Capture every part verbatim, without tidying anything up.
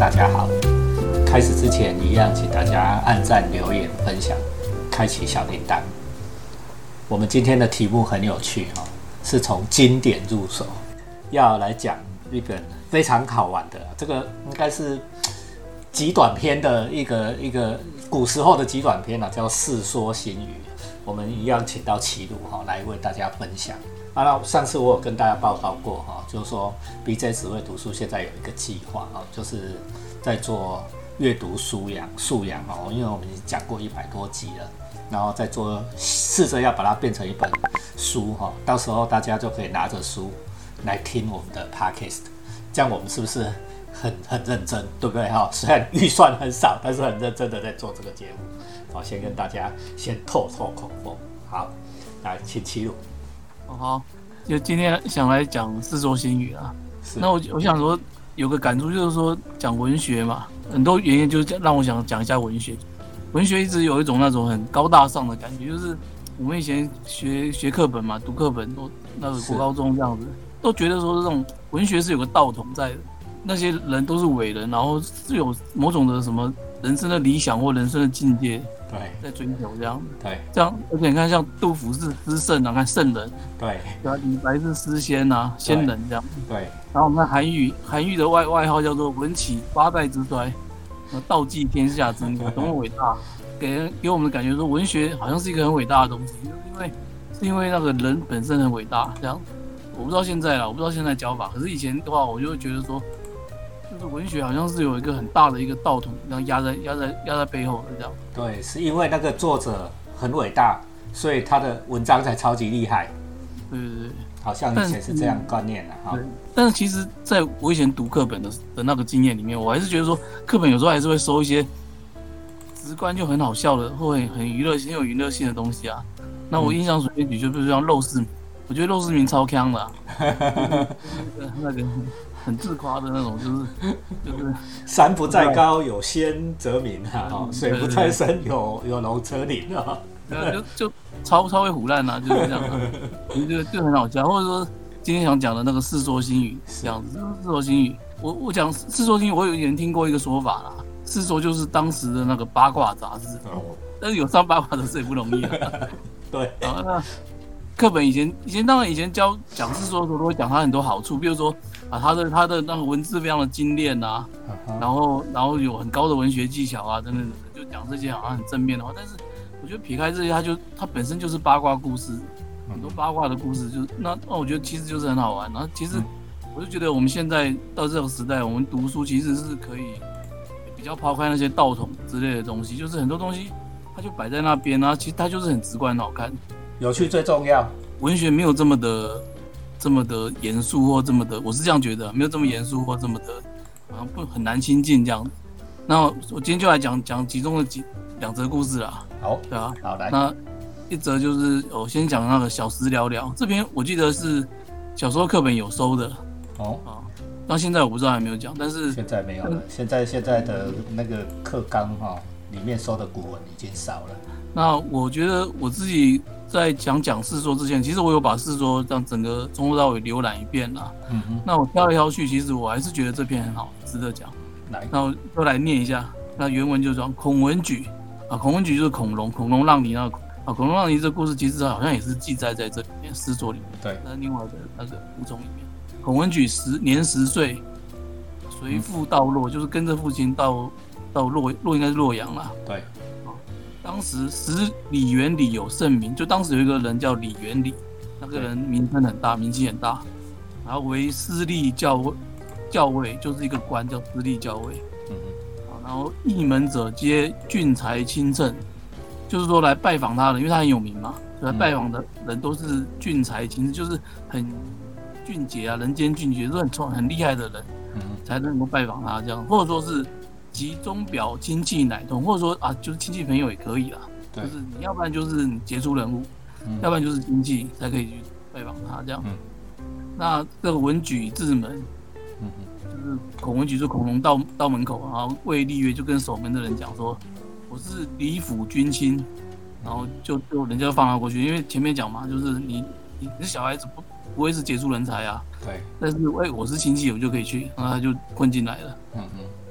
大家好。开始之前一样，请大家按赞、留言、分享，开启小铃铛。我们今天的题目很有趣哈，是从经典入手，要来讲一本非常好玩的，这个应该是极短篇的一个一个古时候的极短篇啊，叫《世说新语》。我们一样请到齐鲁哈来为大家分享。啊，那上次我有跟大家报告过哈，就是说 B J 只会读书现在有一个计划哈，就是在做阅读素养素养哦，因为我们已经讲过一百多集了，然后再做试着要把它变成一本书哈，到时候大家就可以拿着书来听我们的 podcast， 这样我们是不是很很认真，对不对哈？虽然预算很少，但是很认真的在做这个节目。好，先跟大家先透透口风。好，来请齐鲁。 好，就今天想来讲《世说新语》啊。那我我想说有个感触，就是说讲文学嘛，很多原因就是让我想讲一下文学。文学一直有一种那种很高大上的感觉，就是我们以前学学课本嘛，读课本都那个国高中这样子，都觉得说这种文学是有个道统在的，那些人都是伟人，然后是有某种的什么人生的理想或人生的境界。 对， 在追求这样， 对， 这样，而且你看，像杜甫是诗圣啊，看圣人， 对， 对啊，李白是诗仙啊，仙人这样， 对。 然后我们看韩愈，韩愈的外外号叫做文起八代之衰，道济天下之母，多么伟大，给人给我们的感觉说文学好像是一个很伟大的东西，因为是因为那个人本身很伟大这样。我不知道现在啦，我不知道现在教法，可是以前的话，我就会觉得说。就是文学好像是有一个很大的一个道统，然后压在压在压在背后的这样。 对，是因为那个作者很伟大，所以他的文章才超级厉害。 对对对， 好像以前是这样观念的哈。 但是其实在我以前读课本的的那个经验里面，我还是觉得说课本有时候还是会收一些直观就很好笑的，或很很娱乐性、很有娱乐性的东西啊。那我印象随便举，就比如像陋室，我觉得陋室铭超强的、啊，那个。很自夸的那种，就是就是山不在高，有仙则名啊；哦、水不在深，有有龙则灵啊。 对，就就超超会唬烂啊，就是这样、啊，就就很好笑。或者说今天想讲的那个《世说新语》这样子，《世说新语》，我我讲《世说新语》，我有以前听过一个说法啦，《世说》就是当时的那个八卦杂志，哦、但是有上八卦的事也不容易啊。 对， 啊那。课本以前以前当然以前教讲世说的时候都会讲它很多好处，比如说啊它的它的那个文字非常的精炼啊， uh-huh. 然后然后有很高的文学技巧啊等等，就讲这些好像很正面的话，但是我觉得撇开这些，它就它本身就是八卦故事，很多八卦的故事，就是那那我觉得其实就是很好玩。然后其实我就觉得我们现在到这个时代，我们读书其实是可以比较抛开那些道统之类的东西，就是很多东西它就摆在那边啊，其实它就是很直观很好看。 有趣最重要， 文学没有这么的、这么的严肃或这么的，我是这样觉得，没有这么严肃或这么的，好像不很难亲近这样子。那我今天就来讲讲其中的几两则故事啦。 好， 对啊， 好来。 那一则就是我先讲那个小时聊聊，这篇我记得是小时候课本有收的哦啊，到现在我不知道还没有讲，但是现在没有了。现在现在的那个课纲哈，里面收的古文已经少了。 那我觉得我自己。在讲讲世说之前，其实我有把世说让整个从头到尾浏览一遍啦。嗯哼。那我挑来挑去，其实我还是觉得这篇很好，值得讲。来，那我就来念一下。那原文就是说，孔文举啊，孔文举就是恐龙，恐龙让梨那个啊，恐龙让梨这个故事其实好像也是记载在这里面世说里面。 对。 那另外的那个补充里面，孔文举十年十岁，随父到洛，就是跟着父亲到到洛洛应该是洛阳啦。 对。 当时时李元礼有盛名，就当时有一个人叫李元礼，那个人名声很大，名气很大，然后为司隶校校尉，就是一个官叫司隶校尉。嗯嗯。然后诣门者皆俊才清称，就是说来拜访他的，因为他很有名嘛，所以来拜访的人都是俊才清，就是很俊杰啊，人间俊杰，是很聪很厉害的人，嗯，才能够拜访他这样，或者说是。集中表亲戚乃通，或者说啊，就是亲戚朋友也可以啦。就是你要不然就是你杰出人物，嗯、要不然就是亲戚才可以去拜访他这样。嗯、那这个文举至门，嗯、就是孔文举就孔融到到门口，然后谓立曰，就跟守门的人讲说，我是李府君亲，然后就就人家就放他过去，因为前面讲嘛，就是你你是小孩子不不会是杰出人才啊。 对。 但是哎，我是亲戚，我就可以去，然后他就混进来了。嗯嗯。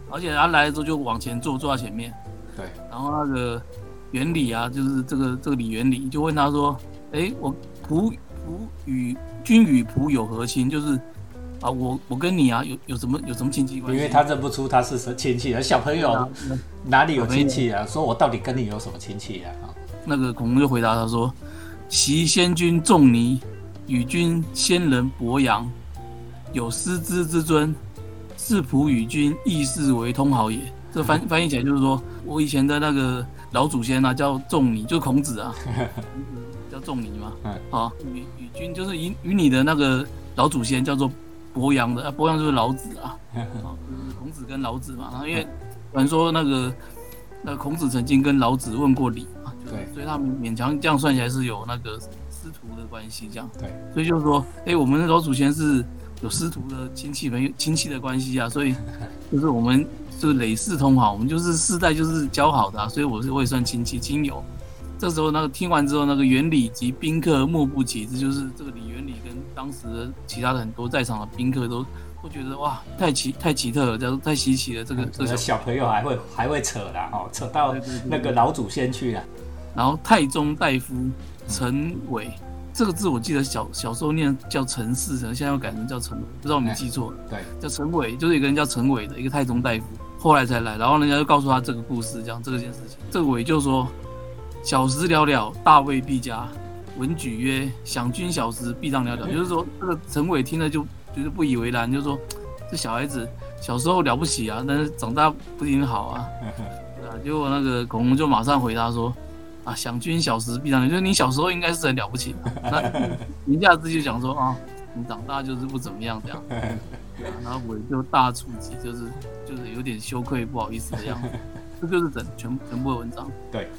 而且他来了之后就往前坐，坐在前面。 对。 然后那个原理啊，就是这个这个李元礼就问他说：“哎，我仆仆与君与仆有何亲？就是啊，我我跟你啊有有什么有什么亲戚关系？” 因为他认不出他是亲戚，小朋友哪里有亲戚啊？说我到底跟你有什么亲戚啊？ 那个孔融就回答他说：“昔先君仲尼与君先人伯阳，有师之之尊，世仆与君亦是为通好也。”这翻翻译起来就是说，我以前的那个老祖先啊，叫仲尼，就是孔子啊，叫仲尼嘛。啊，与与君就是与与你的那个老祖先叫做伯阳的，啊，伯阳就是老子啊，啊，就是孔子跟老子嘛。然后因为传说那个那个孔子曾经跟老子问过礼嘛，对，所以他们勉强这样算起来是有那个师徒的关系，这样。对，所以就是说，哎，我们的老祖先是有师徒的亲戚朋友亲戚的关系啊，所以就是我们就是累世通好，我们就是世代就是交好的啊，所以我是我也算亲戚亲友。这时候那个听完之后，那个元礼及宾客莫不启之，就是这个李元礼跟当时的其他的很多在场的宾客都都觉得哇，太奇太奇特了，这样太稀奇了，这个这个小朋友还会还会扯啦，哦，扯到那个老祖先去了。 然后太中大夫陈伟。这个字我记得小小时候念叫陈氏，现在要改成叫陈伟，不知道我没记错。对，叫陈伟，就是一个人叫陈伟的一个太中大夫，后来才来，然后人家就告诉他这个故事，这样这件事情。这个伟就说：“小时了了，大未必佳。文举曰：想君小时，必当了了。”就是说，这个陈伟听了就觉得不以为然，就说这小孩子小时候了不起啊，但是长大不一定好啊。对啊，结果那个孔融就马上回答说：“啊，想君小时必当了，就是你小时候应该是很了不起。”那言下之意就讲说啊，你长大就是不怎么样这样。然后我就大触及，就是就是有点羞愧不好意思的样子。这就是整全全部的文章。对。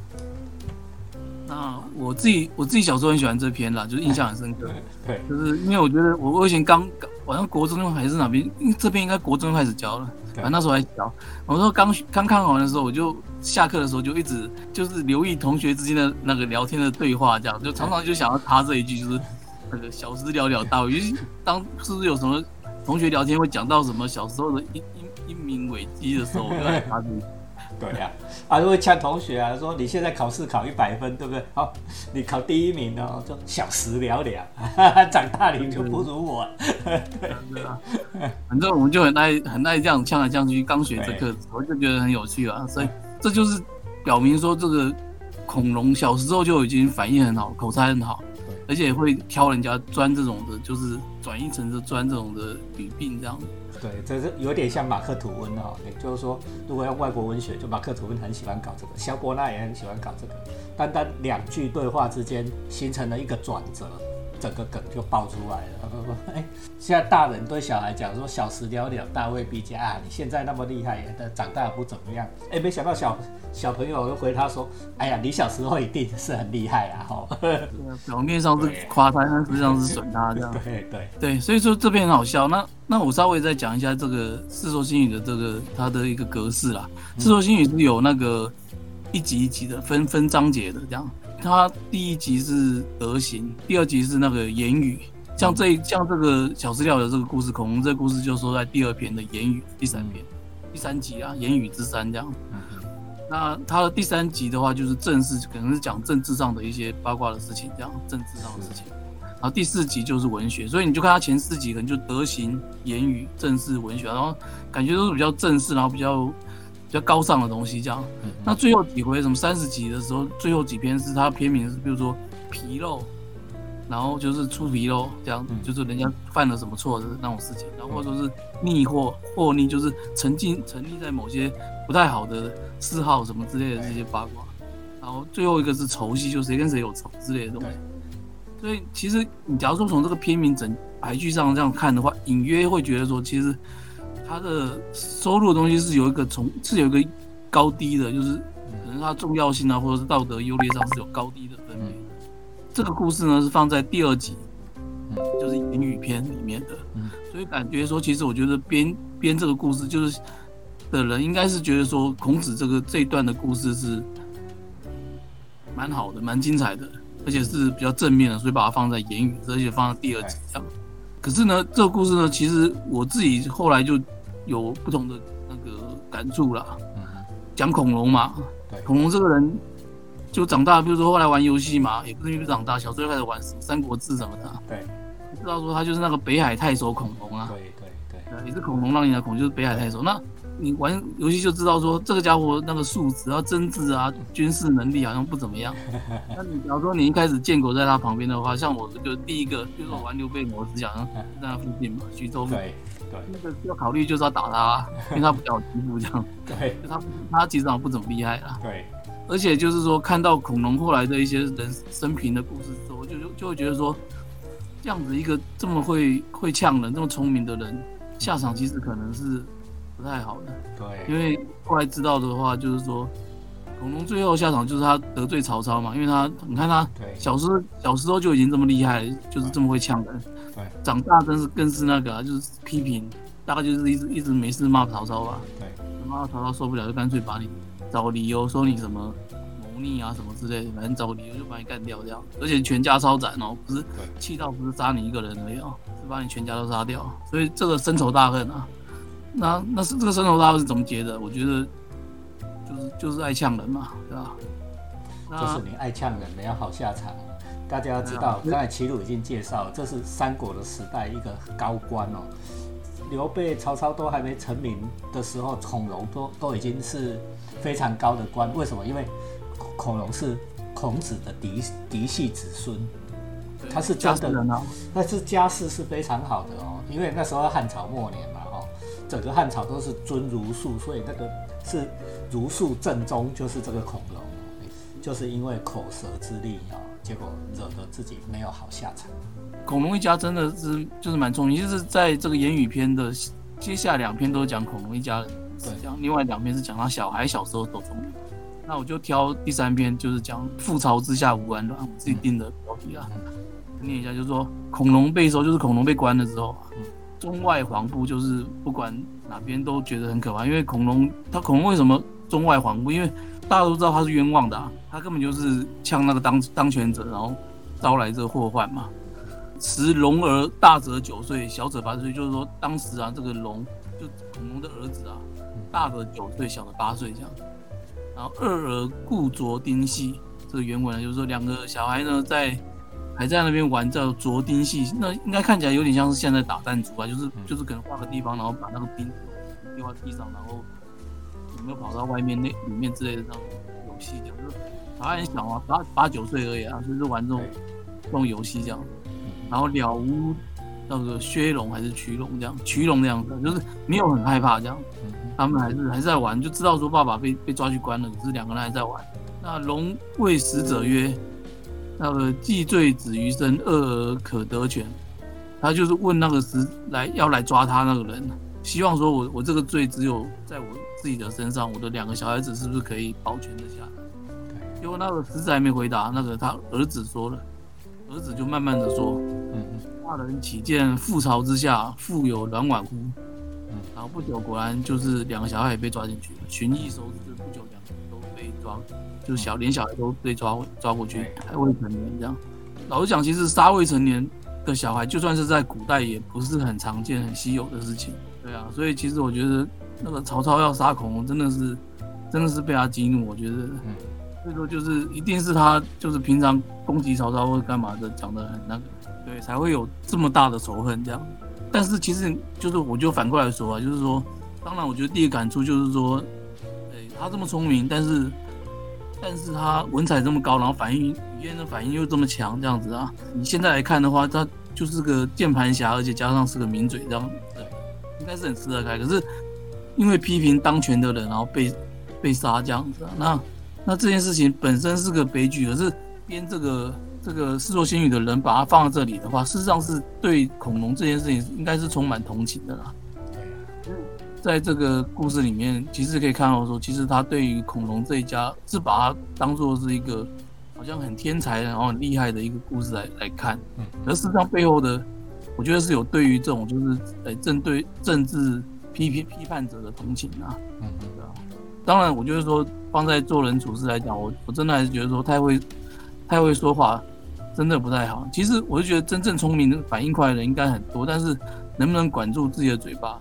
那我自己我自己小时候很喜欢这篇啦，就是印象很深刻。对，就是因为我觉得我我以前刚好像国中还是哪边，因为这边应该国中开始教了，反正那时候还小。我说刚刚看完的时候，我就下课的时候就一直就是留意同学之间的那个聊天的对话，这样就常常就想要插这一句，就是那个小时了了大未必。当是不是有什么同学聊天会讲到什么小时候的英英英明伟绩的时候，我就来插这一句。 对呀、啊，啊，如果呛同学啊，说你现在考试考一百分，对不对？好，你考第一名哦，就小时了了，长大你就不如我。对对啊， 反正我们就很爱很爱这样呛来呛去。刚学这课，我就觉得很有趣啊，所以这就是表明说，这个孔融小时候就已经反应很好，口才很好，而且会挑人家钻这种的，就是转译成是钻这种的语病这样子。 对，这是有点像马克吐温哦，也就是说，如果要外国文学，就马克吐温很喜欢搞这个，萧伯纳也很喜欢搞这个，单单两句对话之间形成了一个转折，整个梗就爆出来了。哎，现在大人对小孩讲说小时了了，大未必佳啊，你现在那么厉害，但长大不怎么样。哎，没想到小小朋友又回他说，哎呀，你小时候一定是很厉害啊，哈。 表面上是夸他，但实际上是损他这样。 对对对，所以说这篇很好笑。那那我稍微再讲一下这个《世说新语》的这个它的一个格式啦。《世说新语》是有那个一集一集的分分章节的，这样。它第一集是德行，第二集是那个言语。像这像这个小资料的这个故事，孔融这个故事就说在第二篇的言语，第三篇，第三集啊，言语之三这样。那它的第三集的话，就是正式，可能是讲政治上的一些八卦的事情，这样政治上的事情。然后第四集就是文学，所以你就看它前四集可能就德行、言语、政治、文学，然后感觉都是比较正式，然后比较比较高尚的东西这样。那最后几回什么三十集的时候，最后几篇是它篇名是，比如说纰漏。然后就是出纰漏，这样、嗯、就是人家犯了什么错的那种事情，然后或者说是逆祸祸逆，就是沉浸沉溺在某些不太好的嗜好什么之类的这些八卦。然后最后一个是仇隙，就是谁跟谁有仇之类的东西。所以其实你假如说从这个篇名整排句上这样看的话，隐约会觉得说，其实它的收录的东西是有一个从是有一个高低的，就是可能它重要性啊，或者是道德优劣上是有高低的分别。这个故事呢是放在第二集，就是言语篇里面的，所以感觉说，其实我觉得编编这个故事就是的人，应该是觉得说孔子这个这一段的故事是蛮好的、蛮精彩的，而且是比较正面的，所以把它放在言语，而且放在第二集这样。可是呢，这个故事呢，其实我自己后来就有不同的那个感触啦。讲恐龙嘛， 对， 恐龙这个人就长大，比如说后来玩游戏嘛，也不是因为长大，小时候就开始玩《三国志》什么的、啊， 对， 知道说他就是那个北海太守恐龙啊， 对对对， 对，也是恐龙让你的恐，就是北海太守。那你玩游戏就知道说这个家伙那个素质啊、真挚啊、军事能力好像不怎么样。那你假如说你一开始建国在他旁边的话，像我这个第一个，就是我玩刘备模式，好像在他附近嘛，徐州附近。 对， 那个要考虑就是要打他，因为他比较有天赋这样。 对， 他他其实好像不怎么厉害啦。 对， 而且就是说看到恐龙后来的一些人生平的故事之后，就就就会觉得说，这样子一个这么会会呛人、这么聪明的人，下场其实可能是不太好的。 对， 因为后来知道的话，就是说，恐龙最后下场就是他得罪曹操嘛，因为他你看他小时候小时候就已经这么厉害了，就是这么会呛人。对，长大真是更是那个、啊，就是批评，大概就是一直一直没事骂曹操吧。对，骂到曹操受不了，就干脆把你找理由说你什么谋逆啊什么之类的，反正找理由就把你干掉这样。而且全家超斩哦，不是气到不是杀你一个人而已哦，是把你全家都杀掉。所以这个深仇大恨啊，那那是这个深仇大恨是怎么结的？我觉得就是就是爱呛人嘛，对吧？ 就是你爱呛人，没有好下场。大家要知道，刚才齐鲁已经介绍，这是三国的时代一个高官哦。刘备、曹操都还没成名的时候，孔融都都已经是非常高的官。为什么？因为孔融是孔子的嫡嫡系子孙，他是真的，但是家世是非常好的哦。因为那时候汉朝末年嘛，哦，整个汉朝都是尊儒术，所以那个是儒术正宗，就是这个孔融，就是因为口舌之力啊。结果惹得自己没有好下场。 孔融一家真的是就是蛮聪明，就是在这个言语篇的接下两篇都是讲孔融一家人，对，讲另外两篇是讲他小孩小时候多聪明。那我就挑第三篇，就是讲覆巢之下无完卵，我自己定的标题啊，念一下，就是说孔融被收，就是孔融被关了之后，中外黄布就是不管哪边都觉得很可怕，因为孔融他孔融为什么中外黄布？因为大家都知道他是冤枉的啊，他根本就是呛那个当当权者，然后招来这个祸患嘛。持龙儿大则九岁，小者八岁，就是说当时啊，这个龙就孔融的儿子啊，大的九岁，小的八岁这样。然后二儿故着丁系，这个原文就是说两个小孩呢在还在那边玩叫着丁系，那应该看起来有点像是现在打弹珠啊，就是就是可能画个地方，然后把那个丁丢在地上，然后有没有跑到外面那里面之类的这种游戏，这样就是小孩很小啊，八八九岁而已啊，就是玩这种这种游戏这样。然后了无那个薛龙还是衢龙这样，衢龙这样子，就是没有很害怕这样，他们还是还是在玩，就知道说爸爸被被抓去关了，可是两个人还在玩。那龙谓使者曰：“那个既罪止于身，恶而可得全。”他就是问那个使来要来抓他那个人，希望说我我这个罪只有在我自己的身上，我的两个小孩子是不是可以保全得下来？结果那个使者还没回答，那个他儿子说了。儿子就慢慢的说：“大人岂见覆巢之下，复有卵卵乎？”然后不久，果然就是两个小孩也被抓进去了，群役收拾，就不久两个都被抓，就是小连小孩都被抓抓过去，还未成年这样。老实讲，其实杀未成年的小孩，就算是在古代，也不是很常见、很稀有的事情。对啊，所以其实我觉得那个曹操要杀孔融，真的是真的是被他激怒，我觉得。所以说就是一定是他就是平常攻击曹操或干嘛的讲得很那个，对，才会有这么大的仇恨这样。但是其实就是我就反过来说啊，就是说，当然我觉得第一个感触就是说，欸、他这么聪明，但是但是他文采这么高，然后反应语言的反应又这么强，这样子啊，你现在来看的话，他就是个键盘侠，而且加上是个名嘴这样，对，应该是很吃得开。可是因为批评当权的人，然后被被杀这样子啊，那。那这件事情本身是个悲剧，可是编这个这个《世说新语》的人把它放在这里的话，事实上是对孔融这件事情应该是充满同情的啦。在这个故事里面，其实可以看到说，其实他对于孔融这一家是把它当作是一个好像很天才然后很厉害的一个故事来来看，而事实上背后的，我觉得是有对于这种就是呃针对政治批批批判者的同情啊，对吧？当然，我觉得说放在做人处事来讲，我我真的还是觉得说太会太会说话，真的不太好。其实我就觉得真正聪明的、反应快的人应该很多，但是能不能管住自己的嘴巴，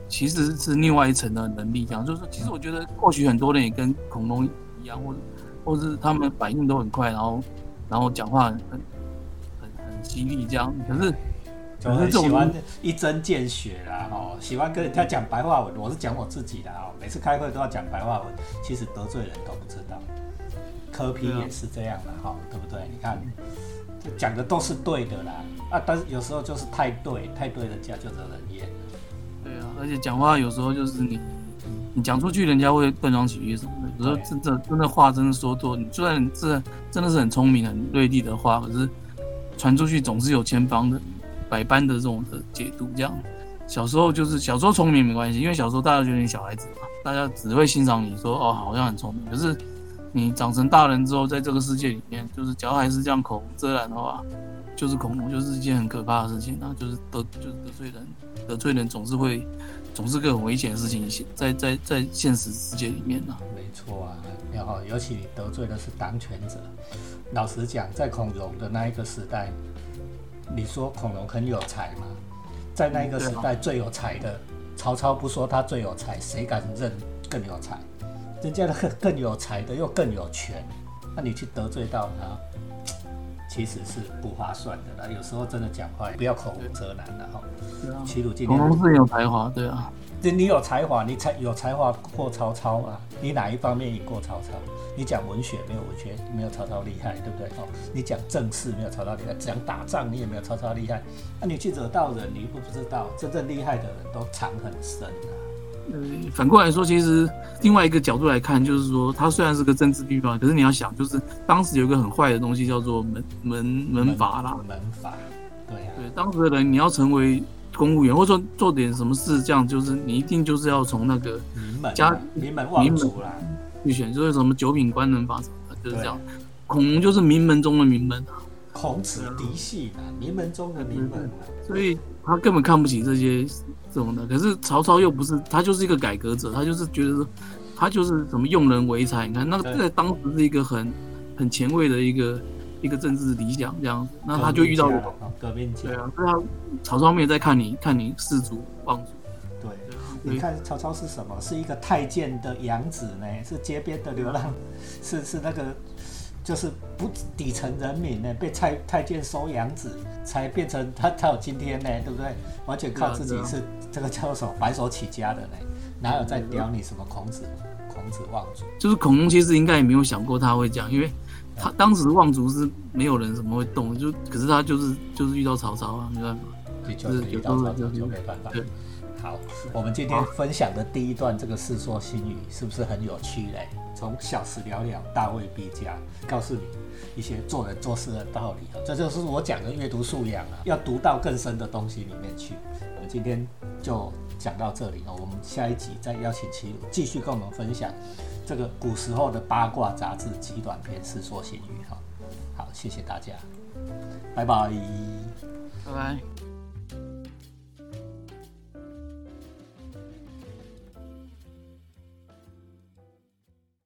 其实是另外一层的能力。这样就是，其实我觉得或许很多人也跟恐龙一样，或者或是他们反应都很快，然后然后讲话很很很很犀利这样。可是就很喜欢一针见血啦，哦，喜欢跟人家讲白话文。我是讲我自己的哦，每次开会都要讲白话文，其实得罪人都不知道。柯 P 也是这样的哈、哦，对不对？你看，讲的都是对的啦，啊，但是有时候就是太对，太对人家就惹人厌了。 对啊，而且讲话有时候就是你你讲出去，人家会断章取义什么的。有时候真的真的话真的说多，你虽然这真的是很聪明、很锐利的话，可是传出去总是有千方的、百般的这种的解读。这样，小时候就是小时候聪明没关系，因为小时候大家觉得你小孩子嘛，大家只会欣赏你说哦好像很聪明，可是你长成大人之后，在这个世界里面，就是只要还是这样口无遮拦的话，就是恐龙就是一件很可怕的事情啊，就是得就是得罪人，得罪人总是会总是个很危险的事情，在在在现实世界里面啊。 没错啊，然后尤其你得罪的是当权者。老实讲，在恐龙的那一个时代，你说恐龙很有才吗？在那一个时代最有才的，曹操不说他最有才，谁敢认更有才？人家的更有才的又更有权，那你去得罪到他，其实是不划算的啦。有时候真的讲话不要口无遮拦的哈。 对啊， 齐鲁今天恐龙是很有才华，对啊。 你有才华，你才有才华过曹操啊？你哪一方面赢过曹操？你讲文学没有文学，没有曹操厉害，对不对？哦，你讲政事没有曹操厉害，讲打仗你也没有曹操厉害。那、啊、你去惹到人，你不知道，真正厉害的人都藏很深啊。 呃，反过来说，其实另外一个角度来看，就是说，他虽然是个政治地方，可是你要想，就是当时有一个很坏的东西叫做门门门阀啦。 门阀，对啊。 对，当时的人你要成为公务员，或者说做点什么事，这样就是你一定就是要从那个名门家名门望族啦去选，就是什么九品官人法什么的，就是这样。恐龙就是名门中的名门啊， 孔子嫡系啊，名门中的名门啊， 所以他根本看不起这些这种的。可是曹操又不是，他就是一个改革者，他就是觉得说，他就是什么用人为才。你看，那个在当时是一个很很前卫的一个一个政治理想这样子。那他就遇到革命家， 对啊，所以他曹操没有在看你看你士族望族。 对，你看曹操是什么？是一个太监的养子呢，是街边的流浪，是是那个。就是不底层人民呢，被太太监收养子，才变成他他有今天呢，对不对？完全靠自己是这个叫什么白手起家的呢，哪有在屌你什么孔子孔子望族？ 就是恐龙其实应该也没有想过他会这样，因为他当时望族是没有人什么会动，就可是他就是就是遇到曹操啊，没办法， 就是遇到曹操就没办法。对，好，我们今天分享的第一段这个《世说新语》是不是很有趣嘞？从小时了了，大未必佳，告诉你一些做人做事的道理。这就是我讲的阅读素养啊，要读到更深的东西里面去。我们今天就讲到这里，我们下一集再邀请齐鲁继续跟我们分享这个古时候的八卦杂志极短篇《世说新语》。好，谢谢大家，拜拜， 拜拜。